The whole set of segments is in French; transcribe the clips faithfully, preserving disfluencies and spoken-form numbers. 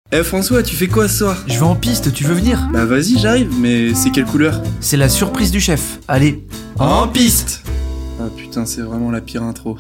Eh François, tu fais quoi ce soir? Je vais en piste, tu veux venir? Bah vas-y, j'arrive, mais c'est quelle couleur? C'est la surprise du chef. Allez, en piste! Ah putain, c'est vraiment la pire intro.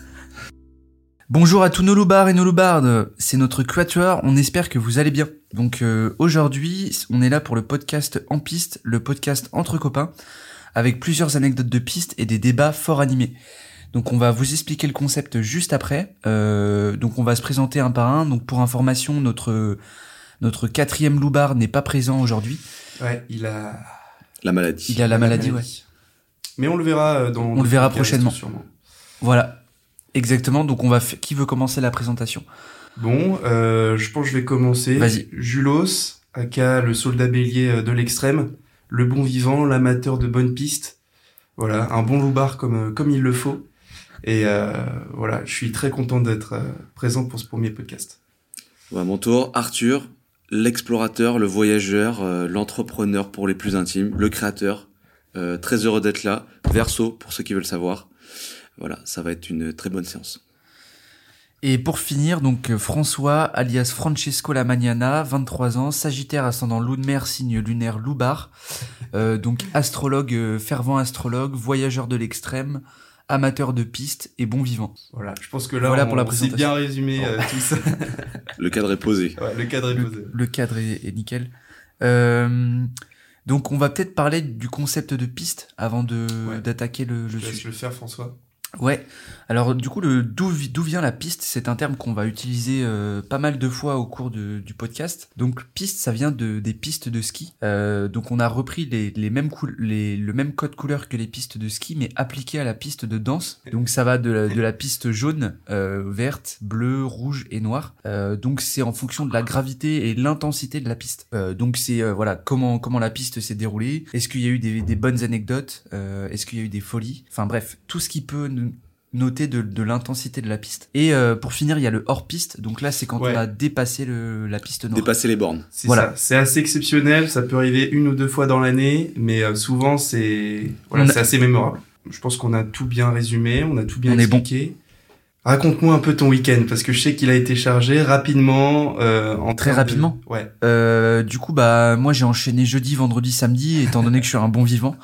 Bonjour à tous nos loupards et nos loupardes, c'est notre quatuor, on espère que vous allez bien. Donc euh, aujourd'hui, on est là pour le podcast En Piste, le podcast entre copains, avec plusieurs anecdotes de piste et des débats fort animés. Donc on va vous expliquer le concept juste après. Euh, donc on va se présenter un par un. Donc pour information, notre notre quatrième loupard n'est pas présent aujourd'hui. Ouais, il a la maladie. Il a la, la maladie, maladie, ouais. Mais on le verra dans. On le verra prochainement. Sûrement. Voilà, exactement. Donc on va. F... Qui veut commencer la présentation? Bon, euh, je pense que je vais commencer. Vas-y. Julos, aka le soldat bélier de l'extrême, le bon vivant, l'amateur de bonnes pistes. Voilà, un bon loupard comme comme il le faut. Et euh, voilà, je suis très content d'être euh, présent pour ce premier podcast. À mon tour, Arthur, l'explorateur, le voyageur, euh, l'entrepreneur pour les plus intimes, le créateur. Euh, très heureux d'être là. Verseau, pour ceux qui veulent savoir. Voilà, ça va être une très bonne séance. Et pour finir, donc François, alias Francesco La Magnana, vingt-trois ans, Sagittaire ascendant Loup de mer, signe lunaire Loupard. Euh, donc astrologue, euh, fervent astrologue, voyageur de l'extrême, amateur de pistes et bon vivant. Voilà, je pense que là, voilà on, pour la on s'est bien résumé euh, tout ça. Le cadre est posé. Ouais, le cadre est le, posé. Le cadre est, est nickel. Euh, donc on va peut-être parler du concept de piste avant de ouais. d'attaquer le, le je sujet. Je le faire, François. Ouais. Alors du coup, le d'où d'où vient la piste, c'est un terme qu'on va utiliser euh, pas mal de fois au cours de, du podcast. Donc piste, ça vient de des pistes de ski. Euh, donc on a repris les les mêmes coul- les le même code couleur que les pistes de ski, mais appliqué à la piste de danse. Donc ça va de la, de la piste jaune, euh, verte, bleue, rouge et noire. Euh, donc c'est en fonction de la gravité et l'intensité de la piste. Euh, donc c'est euh, voilà comment comment la piste s'est déroulée. Est-ce qu'il y a eu des des bonnes anecdotes? euh, Est-ce qu'il y a eu des folies? Enfin bref, tout ce qui peut nous noter de, de l'intensité de la piste. Et euh, pour finir, il y a le hors-piste. Donc là, c'est quand ouais. on a dépassé le, la piste noire. Dépasser les bornes. C'est voilà. ça. C'est assez exceptionnel. Ça peut arriver une ou deux fois dans l'année, mais euh, souvent, c'est voilà, a... c'est assez mémorable. Je pense qu'on a tout bien résumé, on a tout bien on expliqué. Bon. Raconte-moi un peu ton week-end, parce que je sais qu'il a été chargé rapidement. Euh, en Très rapidement de... Ouais. Euh, du coup, bah moi, j'ai enchaîné jeudi, vendredi, samedi, étant donné que je suis un bon vivant.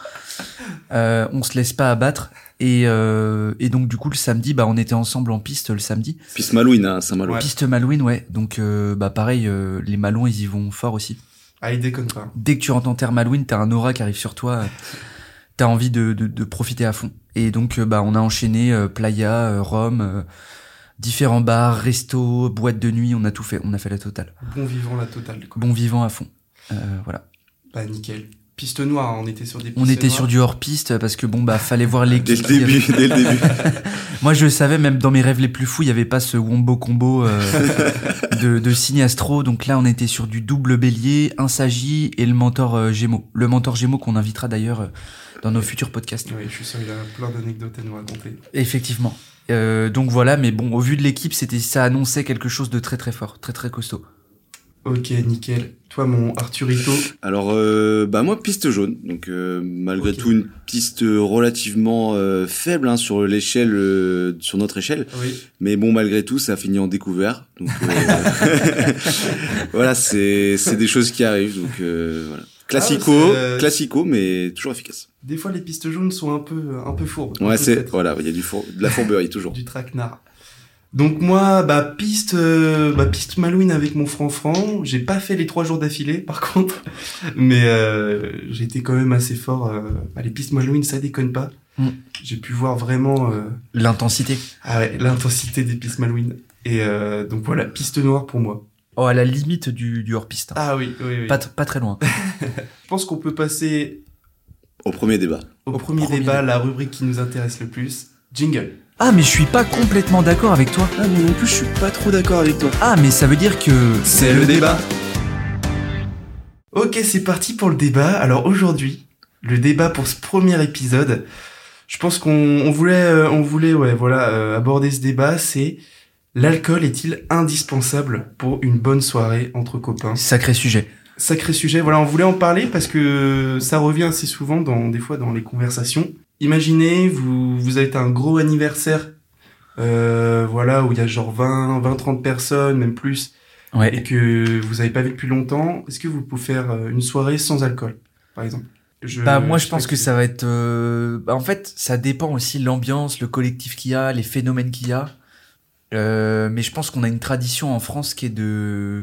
Euh, on se laisse pas abattre. Et, euh, et donc du coup le samedi, bah on était ensemble en piste le samedi. Piste Malouine à Saint-Malo. Ouais. Piste Malouine, ouais. Donc euh, bah pareil, euh, les Malouins ils y vont fort aussi. Ah ils déconnent pas. Dès que tu entends terre Malouine, t'as un aura qui arrive sur toi, t'as envie de, de, de profiter à fond. Et donc euh, bah on a enchaîné euh, Playa, euh, Rome, euh, différents bars, restos, boîtes de nuit, on a tout fait, on a fait la totale. Bon vivant la totale. Quoi. Bon vivant à fond. Euh, voilà. Bah nickel. Piste noire, on était sur des pistes On était noires. sur du hors-piste parce que bon bah fallait voir l'équipe. Dès le début, dès le début. Moi je savais, même dans mes rêves les plus fous, il y avait pas ce wombo combo euh, de, de signe astro. Donc là on était sur du double bélier, un Sagi et le mentor euh, Gémeaux. Le mentor Gémeaux qu'on invitera d'ailleurs euh, dans nos futurs podcasts. Oui, je suis sûr il a plein d'anecdotes à nous raconter. Effectivement. Euh, donc voilà, mais bon, au vu de l'équipe, c'était ça annonçait quelque chose de très très fort, très très costaud. Ok, nickel. Toi, mon Arthurito. Alors, euh, bah moi, piste jaune. Donc, euh, malgré okay. tout, une piste relativement euh, faible hein, sur l'échelle, euh, sur notre échelle. Oui. Mais bon, malgré tout, ça a fini en découvert. Donc, euh, voilà, c'est c'est des choses qui arrivent. Donc, euh, voilà. Classico, ah, euh... classico, mais toujours efficace. Des fois, les pistes jaunes sont un peu, un peu fourbes. Ouais, c'est traître. Voilà, il y a du four... de la fourberie toujours. Du traquenard. Donc moi, bah piste, euh, bah piste Malouine avec mon franc-franc. J'ai pas fait les trois jours d'affilée, par contre, mais euh, j'ai été quand même assez fort. Euh, bah, les pistes Malouine, ça déconne pas. Mm. J'ai pu voir vraiment euh... l'intensité. Ah ouais, l'intensité des pistes Malouine. Et euh, donc voilà, piste noire pour moi. Oh, à la limite du, du hors-piste. Hein. Ah oui, oui, oui. Pas, t- pas très loin. Je pense qu'on peut passer au premier débat. Au, au premier, premier débat, débat, la rubrique qui nous intéresse le plus. Jingle. Ah mais je suis pas complètement d'accord avec toi. Ah mais non plus je suis pas trop d'accord avec toi. Ah mais ça veut dire que... C'est le débat. Ok, c'est parti pour le débat. Alors aujourd'hui, le débat pour ce premier épisode, je pense qu'on on voulait, euh, on voulait ouais, voilà, euh, aborder ce débat, c'est l'alcool est-il indispensable pour une bonne soirée entre copains ? Sacré sujet. Sacré sujet, voilà, on voulait en parler parce que ça revient assez souvent dans, des fois dans les conversations. Imaginez, vous, vous avez un gros anniversaire, euh, voilà, où il y a genre vingt, vingt, trente personnes, même plus. Ouais. et que vous avez pas vu depuis longtemps, est-ce que vous pouvez faire euh, une soirée sans alcool, par exemple? Je, Bah moi je sais pense pas que qui- ça va être euh, bah, en fait ça dépend aussi de l'ambiance, le collectif qu'il y a, les phénomènes qu'il y a. Euh, mais je pense qu'on a une tradition en France qui est de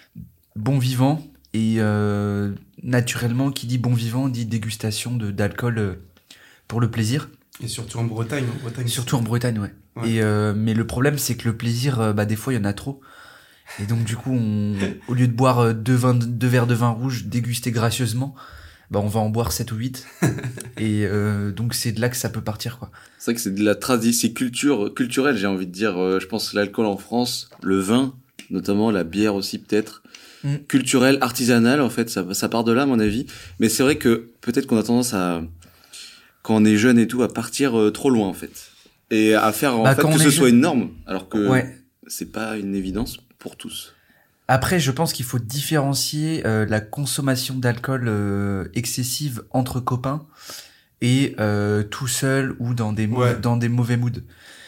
bon vivant et euh, naturellement qui dit bon vivant dit dégustation de d'alcool euh, pour le plaisir. Et surtout en Bretagne, en Bretagne. Surtout en Bretagne, ouais. Ouais. Et euh, mais le problème c'est que le plaisir, euh, bah des fois il y en a trop. Et donc du coup, on, au lieu de boire euh, deux, vin, deux verres de vin rouge dégustés gracieusement, bah on va en boire sept ou huit. Et euh, donc c'est de là que ça peut partir, quoi. C'est vrai que c'est de la tradition, c'est culture, culturelle, j'ai envie de dire. Euh, je pense l'alcool en France, le vin, notamment la bière aussi peut-être. Mm. Culturel, artisanal, en fait, ça, ça part de là, à mon avis. Mais c'est vrai que peut-être qu'on a tendance à, quand on est jeune et tout, à partir euh, trop loin, en fait. Et à faire, en Bah, fait, quand que on ce est soit jeune- une norme. Alors que Ouais. c'est pas une évidence pour tous. Après, je pense qu'il faut différencier euh, la consommation d'alcool euh, excessive entre copains et euh, tout seul ou dans des, mau- Ouais. dans des mauvais moods.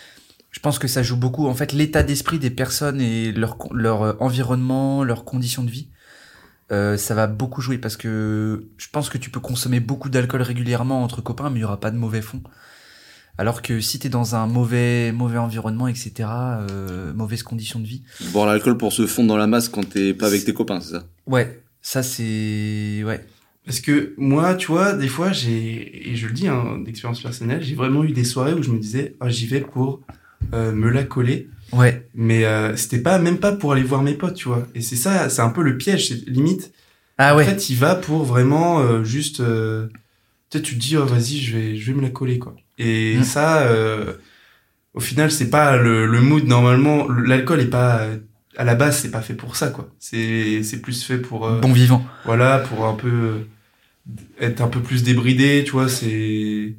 Je pense que ça joue beaucoup. En fait, l'état d'esprit des personnes et leur, con- leur euh, environnement, leurs conditions de vie, euh, ça va beaucoup jouer parce que je pense que tu peux consommer beaucoup d'alcool régulièrement entre copains, mais il y aura pas de mauvais fond. Alors que si t'es dans un mauvais, mauvais environnement, et cetera, euh, mauvaises conditions de vie, Boire l'alcool pour se fondre dans la masse quand t'es pas avec tes copains, c'est ça? ouais, ça c'est... Ouais. Parce que moi, tu vois, des fois, j'ai, et je le dis, hein, d'expérience personnelle, j'ai vraiment eu des soirées où je me disais, ah, j'y vais pour euh, me la coller. Ouais. Mais euh, c'était pas, même pas pour aller voir mes potes, tu vois. Et c'est ça, c'est un peu le piège, c'est limite. Ah En ouais. fait, il va pour vraiment euh, juste... euh, tu sais, tu te dis, oh, vas-y, je vais, je vais me la coller, quoi. Et Mm. ça, euh, au final, c'est pas le, le mood, normalement. L'alcool est pas... À la base, c'est pas fait pour ça, quoi. C'est, c'est plus fait pour... euh, Bon vivant. voilà, pour un peu... euh, être un peu plus débridé, tu vois, c'est...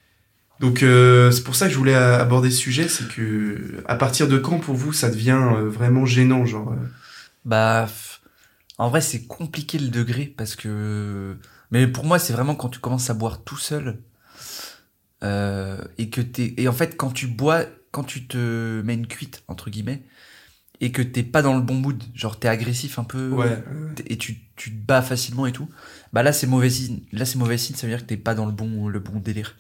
Donc, euh, c'est pour ça que je voulais a- aborder ce sujet, c'est que... À partir de quand, pour vous, ça devient euh, vraiment gênant, genre... euh, Bah, f- en vrai, c'est compliqué le degré parce que. Mais pour moi, c'est vraiment quand tu commences à boire tout seul euh, et que t'es. Et en fait, quand tu bois, quand tu te mets une cuite entre guillemets et que t'es pas dans le bon mood, genre t'es agressif un peu Ouais, t'es- et tu tu te bats facilement et tout. Bah là, c'est mauvais signe. Là, c'est mauvais signe. Ça veut dire que t'es pas dans le bon le bon délire.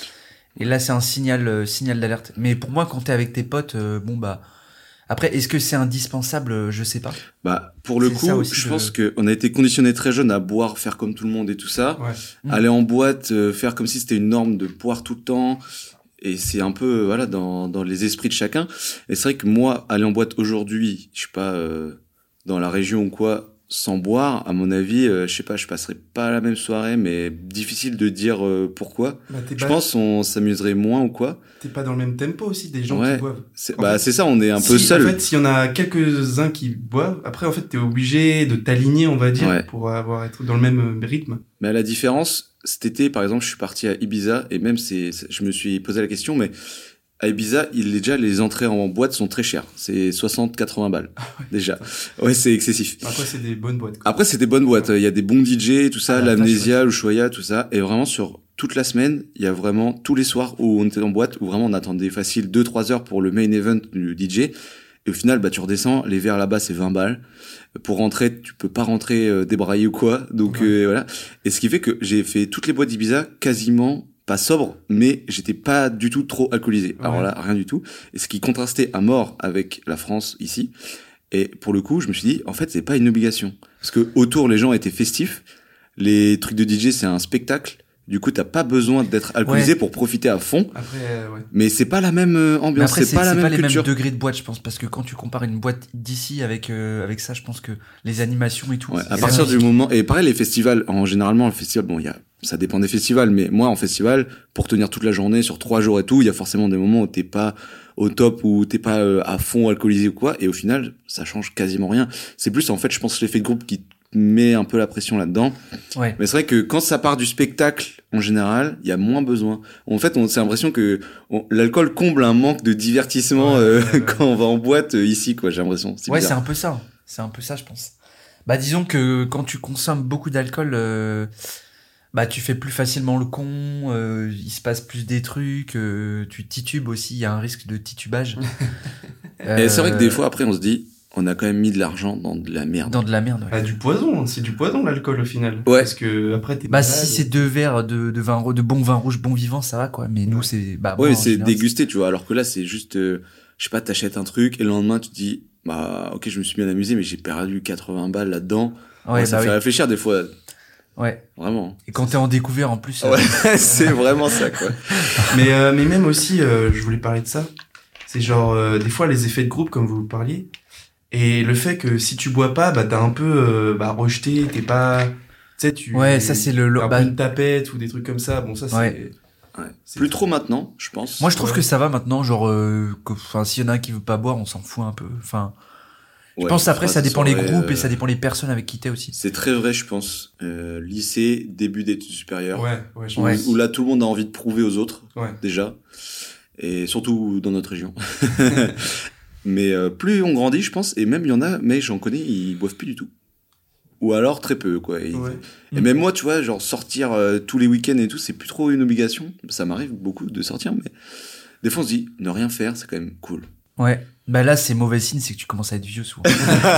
Et là, c'est un signal euh, signal d'alerte. Mais pour moi, quand t'es avec tes potes, euh, bon bah. Après, est-ce que c'est indispensable? Euh, Je sais pas. Bah, pour le C'est coup, ça aussi, je le- pense que on a été conditionné très jeune à boire, faire comme tout le monde et tout ça. ouais. Mm. Aller en boîte, euh, faire comme si c'était une norme de boire tout le temps. Et c'est un peu, euh, voilà, dans, dans les esprits de chacun. Et c'est vrai que moi, aller en boîte aujourd'hui, je sais pas, euh, dans la région ou quoi, sans boire, à mon avis, euh, je sais pas, je passerai pas la même soirée, mais difficile de dire euh, pourquoi. Bah, t'es Je pas, pense on s'amuserait moins ou quoi. t'es pas dans le même tempo aussi des gens Ouais. qui boivent. C'est, En bah, fait, c'est ça, on est un peu Si- seul. En fait, s'il y en a quelques-uns qui boivent, après, en fait, t'es obligé de t'aligner, on va dire, Ouais. pour avoir être dans le même euh, rythme. Mais à la différence, cet été, par exemple, je suis parti à Ibiza et même c'est, c'est- je me suis posé la question, mais à Ibiza, il est déjà les entrées en boîte sont très chères. C'est soixante quatre-vingts balles déjà. Ouais, c'est excessif. Après, c'est des bonnes boîtes. quoi. Après, c'est des bonnes boîtes. Il y a des bons D J, tout ça, Ah, la l'Amnésia, le Choya, tout ça. Et vraiment, sur toute la semaine, il y a vraiment tous les soirs où on était en boîte, où vraiment on attendait facile deux trois heures pour le main event du D J. Et au final, bah, tu redescends, les verres là-bas, c'est vingt balles. Pour rentrer, tu peux pas rentrer euh, débraillé ou quoi. Donc, Ouais. euh, voilà. Et ce qui fait que j'ai fait toutes les boîtes d'Ibiza quasiment pas sobre, mais j'étais pas du tout trop alcoolisé. Alors Ouais. là, rien du tout. Et ce qui contrastait à mort avec la France ici. Et pour le coup, je me suis dit, en fait, c'est pas une obligation. Parce que autour, les gens étaient festifs. Les trucs de D J, c'est un spectacle. Du coup, t'as pas besoin d'être alcoolisé Ouais. pour profiter à fond. Après, euh, ouais. Mais c'est pas la même euh, Mais ambiance, après, c'est pas la même les culture. mêmes degrés de boîte, je pense, parce que quand tu compares une boîte d'ici avec euh, avec ça, je pense que les animations et tout. Ouais, et à la partir du musique- moment, et pareil, les festivals, en généralement, le festival, bon, il y a, ça dépend des festivals, mais moi, en festival, pour tenir toute la journée, sur trois jours et tout, il y a forcément des moments où t'es pas au top, où t'es pas euh, à fond alcoolisé ou quoi, et au final, ça change quasiment rien. C'est plus, en fait, je pense, l'effet de groupe qui met un peu la pression là-dedans. Ouais. Mais c'est vrai que quand ça part du spectacle, en général, il y a moins besoin. En fait, on, c'est l'impression que on- l'alcool comble un manque de divertissement Ouais, euh, ouais, ouais. quand on va en boîte euh, ici, quoi, j'ai l'impression. C'est Ouais, c'est bizarre. un peu ça. C'est un peu ça, je pense. Bah, disons que quand tu consommes beaucoup d'alcool, euh, bah, tu fais plus facilement le con, euh, il se passe plus des trucs, euh, tu titubes aussi, il y a un risque de titubage. Et c'est vrai que des fois, après, on se dit, on a quand même mis de l'argent dans de la merde. Dans de la merde, ouais. Ah, du poison, c'est du poison l'alcool au final. Ouais. Parce que après t'es Bah, malade. si c'est deux verres de, de vin, ro- de bon vin rouge, bon vivant, ça va, quoi. Mais nous, c'est, bah, Ouais, moi, en c'est général, dégusté, tu vois. Alors que là, c'est juste, euh, je sais pas, t'achètes un truc et le lendemain, tu te dis, bah, ok, je me suis bien amusé, mais j'ai perdu quatre-vingts balles là-dedans. Ouais, Ouais, ça bah fait oui. réfléchir des fois, Ouais. vraiment. Et quand t'es en découvert, en plus. euh, Ouais, c'est vraiment ça, quoi. Mais, euh, mais même aussi, euh, je voulais parler de ça. C'est genre, euh, des fois, les effets de groupe, comme vous parliez. Et le fait que si tu bois pas, bah, t'as un peu, euh, bah, rejeté, t'es pas, tu sais, tu. Ouais, ça, c'est le- t'as un bah- peu une tapette ou des trucs comme ça. Bon, ça, c'est. Ouais. Ouais. C'est- Plus trop maintenant, je pense. Moi, je trouve Ouais. que ça va maintenant, genre, euh, que- enfin, s'il y en a un qui veut pas boire, on s'en fout un peu. Enfin, je Ouais, pense après, enfin, ça c'est dépend les soirée, groupes euh, et ça dépend les personnes avec qui t'es aussi. C'est très vrai, je pense. Euh, lycée, début d'études supérieures. Ouais, ouais, je Où, Ouais. pense. où là, tout le monde a envie de prouver aux autres, Ouais. déjà. Et surtout dans notre région. Mais euh, plus on grandit, je pense, et même il y en a, mais j'en connais, ils boivent plus du tout. Ou alors très peu, quoi. Et, Ouais. et même moi, tu vois, genre sortir euh, tous les week-ends et tout, c'est plus trop une obligation. Ça m'arrive beaucoup de sortir, mais des fois on se dit, ne rien faire, c'est quand même cool. Ouais. Bah là, c'est mauvais signe, c'est que tu commences à être vieux souvent.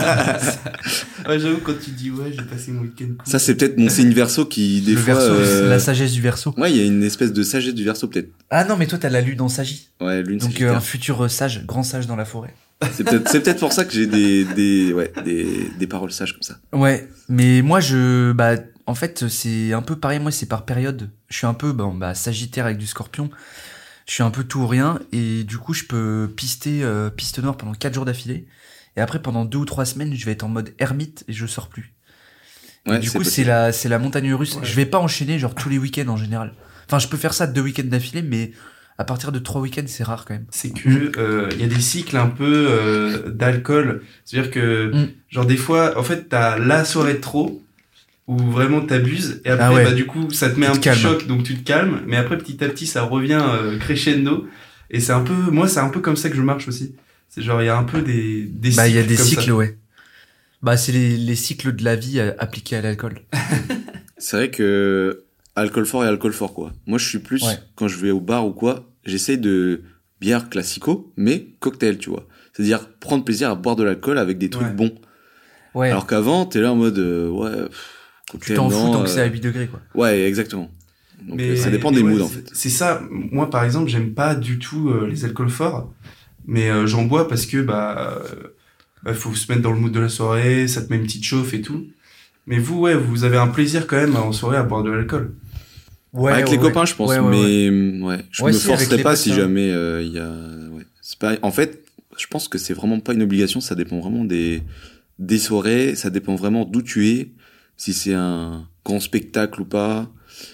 Ouais, j'avoue, quand tu dis, ouais, j'ai passé mon week-end cool. Ça, c'est peut-être mon signe verso qui, des le fois... verso, euh, c'est la sagesse du verso. Ouais, il y a une espèce de sagesse du verso, peut-être. Ah non, mais toi, t'as la lune dans Sagi. Ouais, lune, Donc, c'est euh, un futur euh, sage, grand sage dans la forêt. C'est peut-être, c'est peut-être pour ça que j'ai des, des, ouais, des, des paroles sages comme ça. Ouais. Mais moi, je, bah, en fait, c'est un peu pareil. Moi, c'est par période. Je suis un peu, bon, bah, Sagittaire avec du Scorpion. Je suis un peu tout ou rien. Et du coup, je peux pister, euh, piste noire pendant quatre jours d'affilée. Et après, pendant deux ou trois semaines, je vais être en mode ermite et je sors plus. Ouais, Et du c'est coup, c'est possible. la, c'est la montagne russe. Ouais. Je vais pas enchaîner, genre, tous les week-ends en général. Enfin, je peux faire ça deux week-ends d'affilée, mais à partir de trois week-ends, c'est rare quand même. C'est que euh, il y a des cycles un peu euh, d'alcool. C'est-à-dire que, Mm. genre, des fois, en fait, t'as la soirée de trop, où vraiment t'abuses, et après, Ah ouais. bah, du coup, ça te met Tu un te petit calmes. choc, donc tu te calmes, mais après, petit à petit, ça revient euh, crescendo. Et c'est un peu, moi, c'est un peu comme ça que je marche aussi. C'est genre, il y a un peu des, des Bah, il y a cycles des comme cycles, ça. ouais. Bah, c'est les, les cycles de la vie euh, appliqués à l'alcool. C'est vrai que alcool fort et alcool fort, quoi. Moi, je suis plus, Ouais. quand je vais au bar ou quoi, j'essaye de bière classico, mais cocktail, tu vois. C'est-à-dire prendre plaisir à boire de l'alcool avec des trucs Ouais. bons. Ouais. Alors qu'avant, t'es là en mode, euh, ouais, pff, tu cocktail, t'en fous non, tant que euh, c'est à huit degrés, quoi. Ouais, exactement. Donc, Mais euh, ça dépend mais des ouais, moods, en c'est- fait. C'est ça. Moi, par exemple, j'aime pas du tout euh, les alcools forts, mais euh, j'en bois parce que bah, euh, bah, faut se mettre dans le mood de la soirée, ça te met une petite chauffe et tout. Mais vous, ouais, vous avez un plaisir quand même en soirée à boire de l'alcool. Ouais, avec ouais, les ouais. copains, je pense, Ouais, ouais, ouais. mais hum, ouais, je Ouais, me si, avec forcerai les pas potes, si hein. jamais euh, il y a. Ouais. C'est pas. En fait, je pense que c'est vraiment pas une obligation. Ça dépend vraiment des des soirées. Ça dépend vraiment d'où tu es, si c'est un grand spectacle ou pas.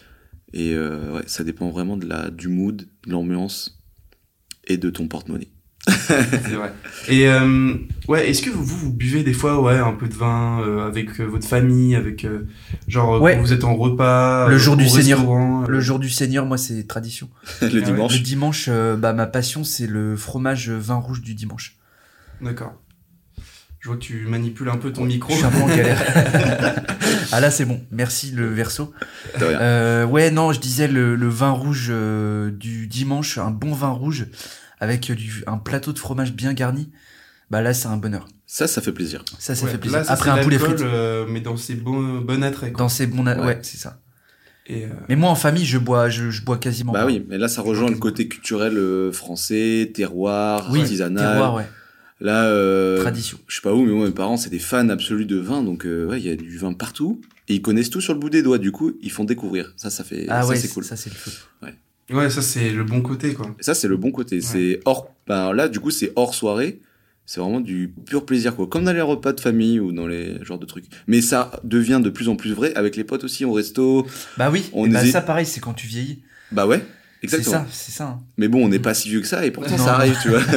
Et euh, ouais, ça dépend vraiment de la du mood, de l'ambiance et de ton porte-monnaie. C'est vrai. Et euh, ouais, est-ce que vous, vous vous buvez des fois ouais un peu de vin euh, avec euh, votre famille, avec euh, genre euh, Ouais. quand vous êtes en repas, Le euh, jour au du Seigneur. restaurant, euh, Le jour du Seigneur, moi, c'est tradition. le ouais. dimanche. Le dimanche, euh, bah, ma passion, c'est le fromage vin rouge du dimanche. D'accord. Je vois que tu manipules un peu ton micro. Je suis un peu en galère. Ah là, c'est bon. Merci, le verso. De rien. Euh, ouais, non, je disais le, le vin rouge euh, du dimanche, un bon vin rouge avec du, un plateau de fromage bien garni. Bah là, c'est un bonheur. Ça, ça fait plaisir. Ça, ça Ouais, fait plaisir. là, ça, Après c'est un poulet l'alcool, frites. euh, mais dans ses bons bon attraits. quoi. Dans ces bons, ouais, Ouais. c'est ça. Et, euh, Mais moi, en famille, je bois, je, je bois quasiment Bah pas. oui, mais là, ça rejoint le côté culturel euh, français, terroir, Oui, artisanal. terroir, ouais. Là, euh, Tradition. je sais pas où, mais moi, mes parents, c'est des fans absolus de vin, donc euh, ouais, il y a du vin partout, et ils connaissent tout sur le bout des doigts, du coup, ils font découvrir. Ça, ça fait, Ah ça, ouais, c'est cool. ça, c'est le feu. ouais, ça c'est le bon côté quoi. Et ça, c'est le bon côté. C'est hors, bah, là, du coup, c'est hors soirée. C'est vraiment du pur plaisir, quoi. Comme dans les repas de famille ou dans les genres de trucs. Mais ça devient de plus en plus vrai avec les potes aussi au resto. Bah oui, On et bah hésite- ça, pareil, c'est quand tu vieillis. Bah ouais, C'est exactement. ça, c'est ça. hein. Mais bon, on n'est pas si vieux que ça et pourtant Non. ça arrive, tu vois.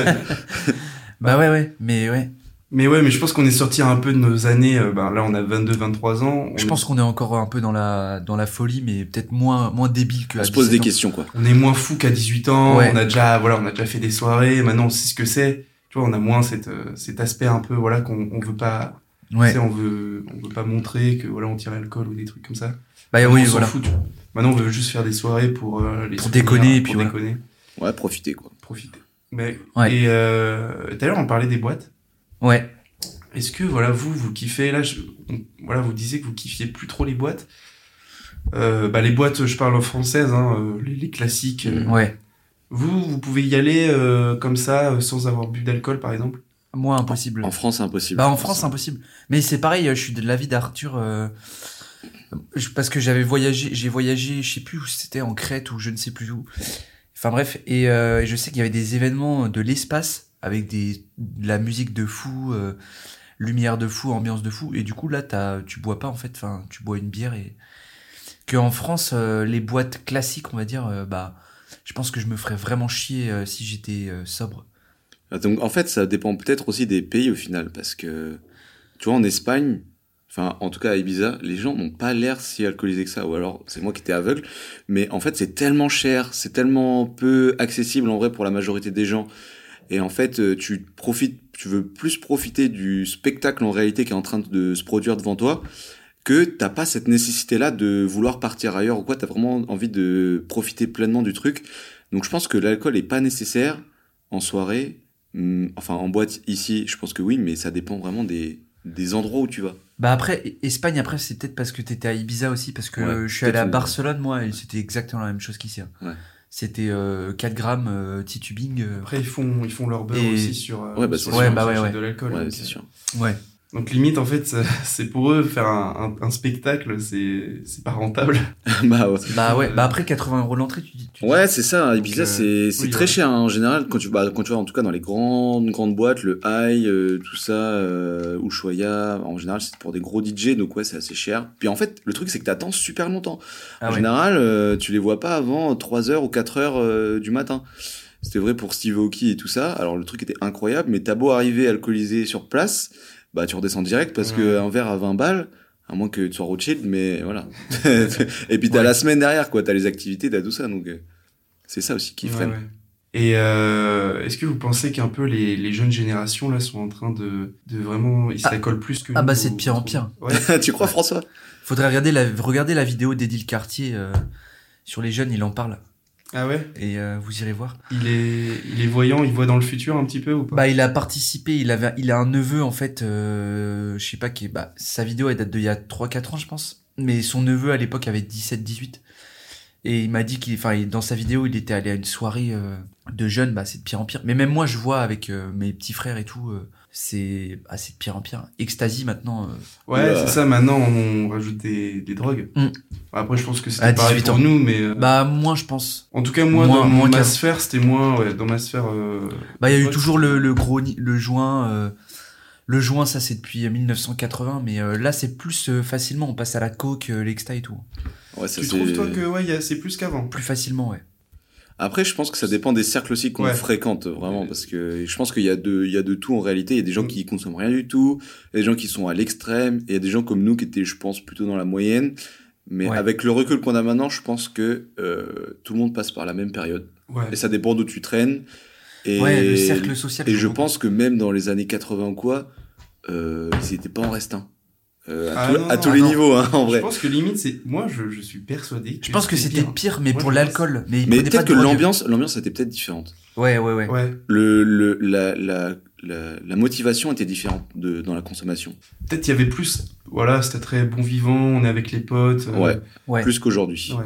Bah ouais, ouais, mais ouais. Mais ouais, mais je pense qu'on est sorti un peu de nos années. euh, ben, là, on a vingt-deux vingt-trois ans. On Je est- pense qu'on est encore un peu dans la, dans la folie, mais peut-être moins, moins débile que. On à se pose des dix-sept ans. questions, quoi. On est moins fou qu'à dix-huit ans. Ouais. On a déjà, voilà, on a déjà fait des soirées. Maintenant, on sait ce que c'est. Tu vois, on a moins cette, euh, cet aspect un peu, voilà, qu'on on veut pas, tu Ouais. sais, on veut, on veut pas montrer que, voilà, on tire l'alcool ou des trucs comme ça. Bah Maintenant, oui, on s'en voilà. fout, tu vois. Maintenant, on veut juste faire des soirées pour euh, les Pour souvenirs, déconner, et pour puis voilà. déconner, Ouais, profiter, quoi. profiter. Mais, Ouais. et euh, tout à l'heure, on parlait des boîtes. Ouais. Est-ce que, voilà, vous, vous kiffez, là, je, on- voilà, vous disiez que vous kiffiez plus trop les boîtes. Euh, bah, les boîtes, je parle en française, hein, euh, les, les classiques. euh. Ouais. Vous, vous pouvez y aller euh, comme ça, euh, sans avoir bu d'alcool, par exemple? Moi, impossible. En France, c'est impossible. Bah, en je France, pense. c'est impossible. Mais c'est pareil, je suis de l'avis d'Arthur, euh, je- parce que j'avais voyagé, j'ai voyagé, je sais plus où c'était, en Crète ou je ne sais plus où. Enfin bref, et, euh, et je sais qu'il y avait des événements de l'espace avec des, de la musique de fou, euh, lumière de fou, ambiance de fou, et du coup là, t'as, tu bois pas en fait, enfin, tu bois une bière et que en France, euh, les boîtes classiques, on va dire, euh, bah, je pense que je me ferais vraiment chier euh, si j'étais euh, sobre. Ah, Donc, en fait, ça dépend peut-être aussi des pays au final, parce que, tu vois, en Espagne, enfin, en tout cas à Ibiza, les gens n'ont pas l'air si alcoolisés que ça, ou alors c'est moi qui étais aveugle, mais en fait, c'est tellement cher, c'est tellement peu accessible en vrai pour la majorité des gens, et en fait, euh, tu profites, tu veux plus profiter du spectacle en réalité qui est en train de se produire devant toi, que t'as pas cette nécessité-là de vouloir partir ailleurs ou quoi, t'as vraiment envie de profiter pleinement du truc. Donc je pense que l'alcool est pas nécessaire en soirée, hum, enfin en boîte ici, je pense que oui, mais ça dépend vraiment des, des endroits où tu vas. Bah après, E- Espagne, après, c'est peut-être parce que t'étais à Ibiza aussi, parce que Ouais, euh, je suis peut-être allé à une- Barcelone, moi, et c'était exactement la même chose qu'ici. hein. Ouais. C'était euh, quatre grammes euh, titubing. euh, Après, ils font, ils font leur beurre Et- aussi sur, euh, Ouais, bah, sur c'est les sûr. gens Ouais, bah qui ouais, achètent ouais. de l'alcool. Ouais, donc, c'est euh, sûr. Ouais. Donc limite, en fait, ça- c'est pour eux faire un, un, un spectacle, c'est c'est pas rentable. bah ouais. Bah ouais, Euh, bah après quatre-vingts euros l'entrée, tu dis. Tu dis. Ouais, c'est ça. hein, Ibiza, euh, c'est c'est oui, très ouais. cher hein, en général. Quand tu bah, quand tu vas en tout cas dans les grandes grandes boîtes, le High, euh, tout ça, euh, Ushuaïa, en général c'est pour des gros D J, donc ouais, c'est assez cher. Puis en fait, le truc c'est que t'attends super longtemps. Ah en ouais. général, euh, tu les vois pas avant trois heures ou quatre heures euh, du matin. C'était vrai pour Steve Aoki et tout ça. Alors le truc était incroyable, mais t'as beau arriver alcoolisé sur place, bah tu redescends direct parce Ouais. que un verre à vingt balles, à moins que tu sois Rothschild, mais voilà. Et puis t'as Ouais. la semaine derrière, quoi. T'as les activités, t'as tout ça, donc euh, c'est ça aussi qui Ouais, freine. ouais. Et euh, est-ce que vous pensez qu'un peu les, les jeunes générations là sont en train de, de vraiment ils se Ah. récoltent plus que Ah nous, bah, c'est de vous- pire en vous pire. trouvez Ouais. Tu crois, François? Faudrait regarder la, regarder la vidéo d'Edil Cartier euh, sur les jeunes, il en parle. Ah ouais. Et euh, vous irez voir. Il est il est voyant, il voit dans le futur un petit peu ou pas? Bah il a participé, il avait, il a un neveu en fait, euh, je sais pas qui, bah sa vidéo elle date d'il y a trois quatre ans je pense, mais son neveu à l'époque avait dix-sept dix-huit et il m'a dit qu'il, enfin il- dans sa vidéo il était allé à une soirée euh, de jeunes, bah c'est de pire en pire. Mais même moi je vois avec euh, mes petits frères et tout, euh, c'est ah, c'est de pire en pire. Ecstasy maintenant, euh, Ouais, Oula. c'est ça. Maintenant, on rajoute des, des drogues. Mm. Après, je pense que À c'était pareil dix-huit pour ans. nous, mais euh, bah moins je pense. en tout cas, moi, moins- dans moins ma qu'avant. sphère, c'était moins. Ouais, dans ma sphère. Euh, Bah il y a eu potes, toujours le, c'était- le gros ni- le joint. euh, Le joint, ça c'est depuis mille neuf cent quatre-vingts, mais euh, là c'est plus euh, facilement, on passe à la coke, euh, l'exta et tout. Ouais, ça Tu c'est. trouves toi que ouais, y a- c'est plus qu'avant? Plus facilement, ouais. Après, je pense que ça dépend des cercles aussi qu'on Ouais. fréquente, vraiment, parce que je pense qu'il y a de, il y a de tout en réalité. Il y a des gens Mm. qui consomment rien du tout, il y a des gens qui sont à l'extrême, et il y a des gens comme nous qui étaient, je pense, plutôt dans la moyenne. Mais Ouais. avec le recul qu'on a maintenant, je pense que euh, tout le monde passe par la même période. Ouais. Et ça dépend d'où tu traînes. Et, Ouais, le cercle social. et joue je beaucoup. pense que même dans les années quatre-vingts ou quoi, euh, ils étaient pas en reste un. Euh, à Ah tous- non, à non, tous ah les non. niveaux, hein, en Je vrai. pense que limite, c'est. Moi, je, je suis persuadé. Je pense que c'était c'était pire. pire, mais Moi, pour je l'alcool. Mais, ils Mais prenaient pas peut-être de que drogue. l'ambiance, l'ambiance était peut-être différente. Ouais, ouais, ouais. Ouais. Le, le, la, la, la, la motivation était différente de, dans la consommation. Peut-être il y avait plus. Voilà, c'était très bon vivant. On est avec les potes. euh, Ouais. Ouais. Plus qu'aujourd'hui. Ouais.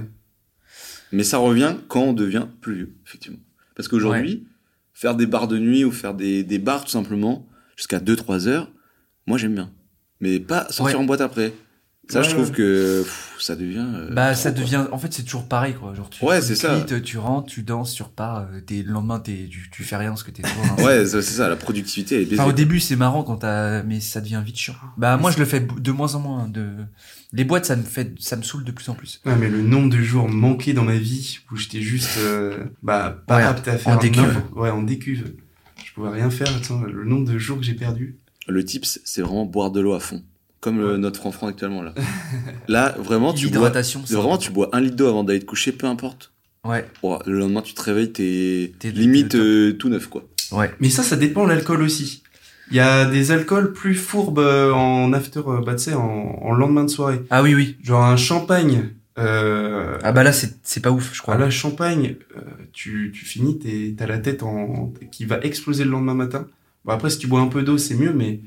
Mais ça revient quand on devient plus vieux, effectivement. Parce qu'aujourd'hui, faire des bars de nuit ou faire des, des bars tout simplement, jusqu'à deux trois heures, moi j'aime bien. Mais pas sortir Ouais. en boîte après. Ça, Ouais, je trouve ouais. que pff, ça devient. euh, Bah, trop, ça quoi. devient. En fait, c'est toujours pareil, quoi. Genre, tu, Ouais, tu c'est ça. quittes, tu rentres, tu danses, tu repars. euh, t'es, le lendemain, t'es, tu, tu fais rien parce que t'es trop. rincé. Ouais, ça, c'est ça, la productivité elle est baisée. Enfin, au début, c'est marrant quand t'as, mais ça devient vite chiant. Bah, moi, je le fais de moins en moins. De, les boîtes, ça me fait, ça me saoule de plus en plus. Ouais, mais le nombre de jours manqués dans ma vie où j'étais juste. euh, bah, pas Ouais, apte à faire. décuve. n'importe- Ouais, en décuve. Je pouvais rien faire. Attends, le nombre de jours que j'ai perdu. Le tips, c'est vraiment boire de l'eau à fond. Comme euh, notre franc-franc actuellement là. Là, vraiment, tu bois, L'hydratation, c'est vraiment, important. tu bois un litre d'eau avant d'aller te coucher, peu importe. Ouais, Oh, le lendemain, tu te réveilles, t'es, T'es limite le top. euh, tout neuf, quoi. ouais. Mais ça, ça dépend de l'alcool aussi. Il y a des alcools plus fourbes euh, en after, euh, bah, tu sais, en, en lendemain de soirée. Ah oui, oui. Genre un champagne. Euh, Ah bah là, c'est, c'est pas ouf, je crois. à la champagne, euh, tu, tu finis, t'es, t'as la tête en, qui va exploser le lendemain matin. Bon, après, si tu bois un peu d'eau, c'est mieux, mais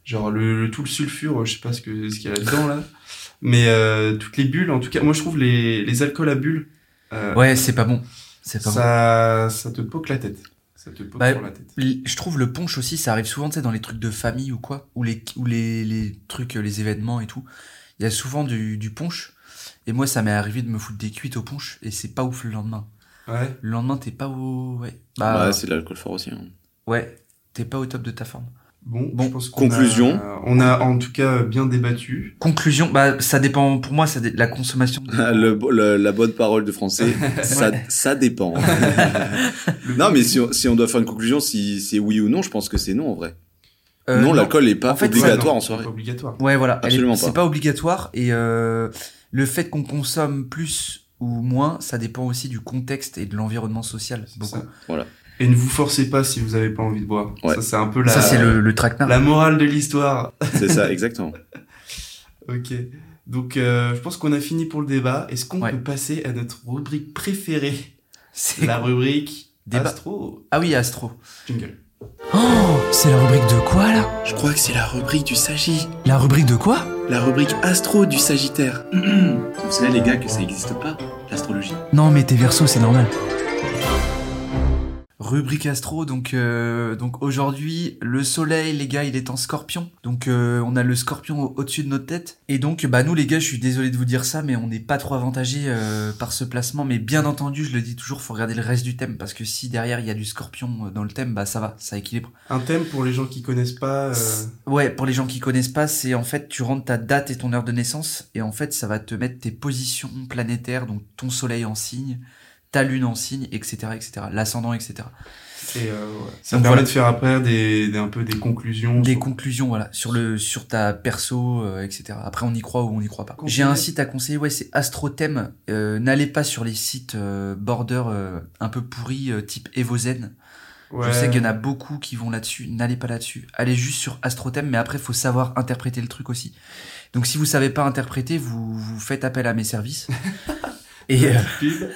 Genre le, le tout le sulfure, je sais pas ce que ce qu'il y a là-dedans là, mais euh, toutes les bulles. En tout cas, moi je trouve les les alcools à bulles. Euh, Ouais, c'est pas bon. C'est pas bon. ça ça te poque la tête. Ça te poque Bah, sur la tête. L- Je trouve le punch aussi, ça arrive souvent, tu sais, dans les trucs de famille ou quoi, ou les, ou les, les trucs, euh, les événements et tout. Il y a souvent du, du punch. Et moi, ça m'est arrivé de me foutre des cuites au punch et c'est pas ouf le lendemain. Ouais. Le lendemain, t'es pas au, ouais. Bah, Ouais, c'est de l'alcool fort aussi. Hein. ouais. T'es pas au top de ta forme. Bon, Bon, je pense qu'on conclusion. a, on a en tout cas bien débattu. Conclusion, bah, ça dépend, pour moi, ça dé- la consommation. le, le- la bonne parole de français, ça, Ouais. ça dépend. Non, mais si on, si on doit faire une conclusion, si c'est oui ou non, je pense que c'est non en vrai. Euh, non, l'alcool n'est pas En fait, obligatoire Ouais, non, en c'est soirée. pas obligatoire. Ouais, voilà. Elle est- Absolument C'est pas. pas obligatoire et euh, le fait qu'on consomme plus ou moins, ça dépend aussi du contexte et de l'environnement social. C'est Beaucoup. ça. Voilà. Et ne vous forcez pas si vous avez pas envie de boire. Ouais. Ça c'est un peu la Ça, c'est le, le traquenard. la morale de l'histoire. C'est ça, exactement. Ok. Donc euh, je pense qu'on a fini pour le débat. Est-ce qu'on Ouais. peut passer à notre rubrique préférée, C'est la rubrique Débat. Astro Ah oui, Astro. Jingle. Oh, c'est la rubrique de quoi là? Je crois que c'est la rubrique du Sagit. La rubrique de quoi? La rubrique astro du Sagittaire. Vous savez les gars que ça n'existe pas, l'astrologie. Non, mais t'es Verseau, c'est normal. Rubrique Astro, donc euh, donc aujourd'hui le soleil les gars il est en Scorpion, donc euh, on a le Scorpion au- au-dessus de notre tête et donc bah nous les gars je suis désolé de vous dire ça mais on n'est pas trop avantagés euh, par ce placement, mais bien entendu je le dis toujours, faut regarder le reste du thème parce que si derrière il y a du Scorpion dans le thème bah ça va, ça équilibre. Un thème pour les gens qui connaissent pas. euh, Ouais, pour les gens qui connaissent pas, c'est en fait tu rentres ta date et ton heure de naissance et en fait ça va te mettre tes positions planétaires, donc ton soleil en signe, ta lune en signe, et cetera, et cetera, l'ascendant, et cetera. Et euh, ouais. Ça Donc permet voilà. de faire après des, des un peu des conclusions. Des sur- conclusions, voilà, sur le sur ta perso, euh, et cetera. Après, on y croit ou on n'y croit pas. Conseiller. J'ai un site à conseiller, ouais, c'est Astrothème. Euh, n'allez pas sur les sites euh, border euh, un peu pourris, euh, type Evozen. Ouais. Je sais qu'il y en a beaucoup qui vont là-dessus. N'allez pas là-dessus. Allez juste sur Astrothème, mais après, faut savoir interpréter le truc aussi. Donc, si vous savez pas interpréter, vous, vous faites appel à mes services. Et, euh, Pub.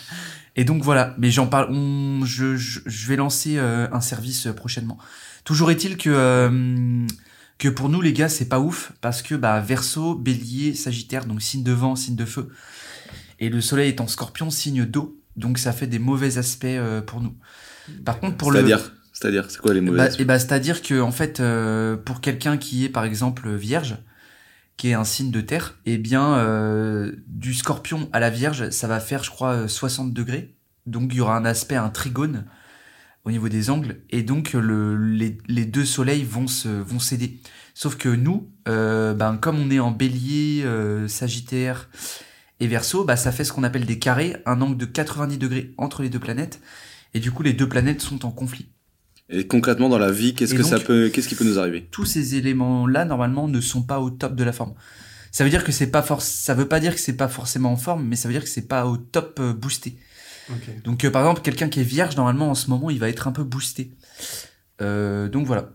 et donc voilà, mais j'en parle. On, je, je, je vais lancer euh, un service euh, prochainement. Toujours est-il que euh, que pour nous les gars, c'est pas ouf parce que bah Verseau, Bélier, Sagittaire, donc signe de vent, signe de feu, et le Soleil est en Scorpion, signe d'eau, donc ça fait des mauvais aspects euh, pour nous. Par contre, pour le C'est-à-dire, c'est-à-dire, c'est quoi les mauvais bah, aspects et bah, c'est-à-dire que en fait, euh, pour quelqu'un qui est par exemple Vierge, qui est un signe de terre, eh bien, euh, du Scorpion à la Vierge, ça va faire, je crois, soixante degrés. Donc, il y aura un aspect, un trigone au niveau des angles, et donc le, les, les deux soleils vont se vont s'aider. Sauf que nous, euh, ben comme on est en Bélier, euh, Sagittaire et Verseau, bah ça fait ce qu'on appelle des carrés, un angle de quatre-vingt-dix degrés entre les deux planètes, et du coup les deux planètes sont en conflit. Et concrètement dans la vie, qu'est-ce Et que donc- ça peut, qu'est-ce qui peut nous arriver? Tous ces éléments-là, normalement, ne sont pas au top de la forme. Ça veut dire que c'est pas forc- ça veut pas dire que c'est pas forcément en forme, mais ça veut dire que c'est pas au top euh, boosté. Ok. Donc, euh, par exemple, quelqu'un qui est vierge, normalement, en ce moment, il va être un peu boosté. Euh, donc voilà.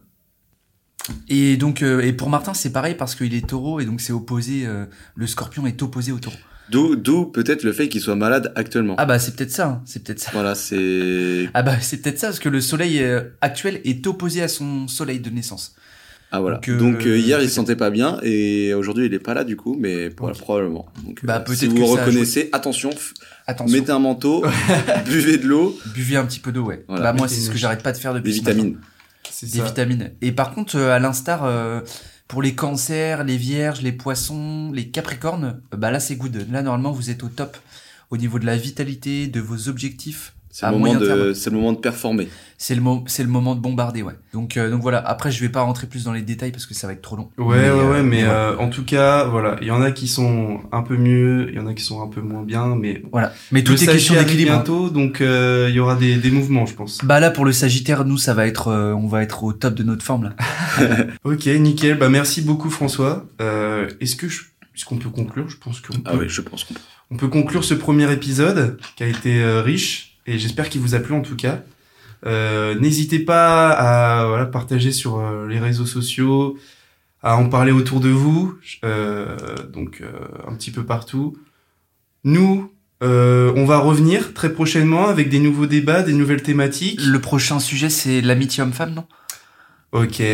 Et donc, euh, et pour Martin, c'est pareil parce qu'il est taureau et donc c'est opposé. euh, le Scorpion est opposé au taureau. D'où, d'où peut-être le fait qu'il soit malade actuellement. Ah bah c'est peut-être ça. Hein, c'est peut-être ça. Voilà, c'est, Ah bah c'est peut-être ça parce que le soleil euh, actuel est opposé à son soleil de naissance. ah voilà. Donc, euh, Donc euh, hier il peut-être- se sentait pas bien et aujourd'hui il est pas là du coup, mais voilà, Ok. probablement. Donc, Bah, euh, peut-être si vous que ça a reconnaissez, attention, f- Attention. mettez un manteau, buvez de l'eau, Buvez un petit peu d'eau, ouais. Voilà. Bah moi, Mettez c'est ce une que mouche. j'arrête pas de faire depuis des ce matin. vitamines. C'est Des ça. vitamines. Et par contre, euh, à l'instar, euh, pour les cancers, les vierges, les poissons, les capricornes, euh, bah là, c'est good. Là, normalement, vous êtes au top au niveau de la vitalité, de vos objectifs. C'est À le moment moyen de, terme. c'est le moment de performer. C'est le, mo- c'est le moment de bombarder, ouais. Donc, euh, donc voilà. Après, je vais pas rentrer plus dans les détails parce que ça va être trop long. Ouais, ouais, euh, ouais, mais voilà. euh, en tout cas, voilà, il y en a qui sont un peu mieux, il y en a qui sont un peu moins bien, mais Voilà. Mais tout le est question Sagittaire arrive d'équilibre. hein. bientôt, donc euh, il y aura des, des mouvements, je pense. Bah là, pour le Sagittaire, nous, ça va être, euh, on va être au top de notre forme là. Ok, nickel. Bah merci beaucoup, François. Euh, est-ce que je, est-ce qu'on peut conclure? Je pense qu'on peut. Ah oui, je pense qu'on peut. On peut conclure ce premier épisode qui a été euh, riche et j'espère qu'il vous a plu en tout cas. Euh, n'hésitez pas à voilà, partager sur euh, les réseaux sociaux, à en parler autour de vous, euh, donc euh, un petit peu partout. Nous, euh, on va revenir très prochainement avec des nouveaux débats, des nouvelles thématiques. Le prochain sujet, c'est l'amitié homme-femme, non? Ok.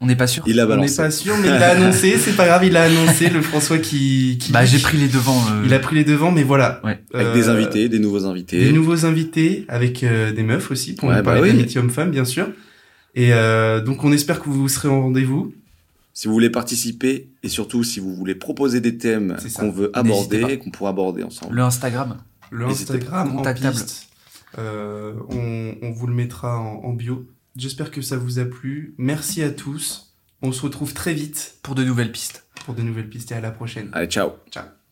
On n'est pas sûr. Il a On n'est balancé. pas sûr, mais il l'a annoncé. C'est pas grave, il l'a annoncé. Le François qui, qui Bah leak. j'ai pris les devants. euh, Il a pris les devants, mais voilà. Ouais. Avec Euh, des invités, des nouveaux invités. Des nouveaux invités avec euh, des meufs aussi pour Ouais, nous bah parler oui. d'amitié homme-femme, bien sûr. Et euh, donc on espère que vous serez au rendez-vous. Si vous voulez participer et surtout si vous voulez proposer des thèmes C'est ça. qu'on veut N'hésitez aborder, pas. qu'on pourra aborder ensemble. Le Instagram. Le N'hésitez pas. Instagram en Contactable. piste. Euh, on, on vous le mettra en, en bio. J'espère que ça vous a plu. Merci à tous. On se retrouve très vite Pour de nouvelles pistes. pour de nouvelles pistes et à la prochaine. Allez, ciao. Ciao.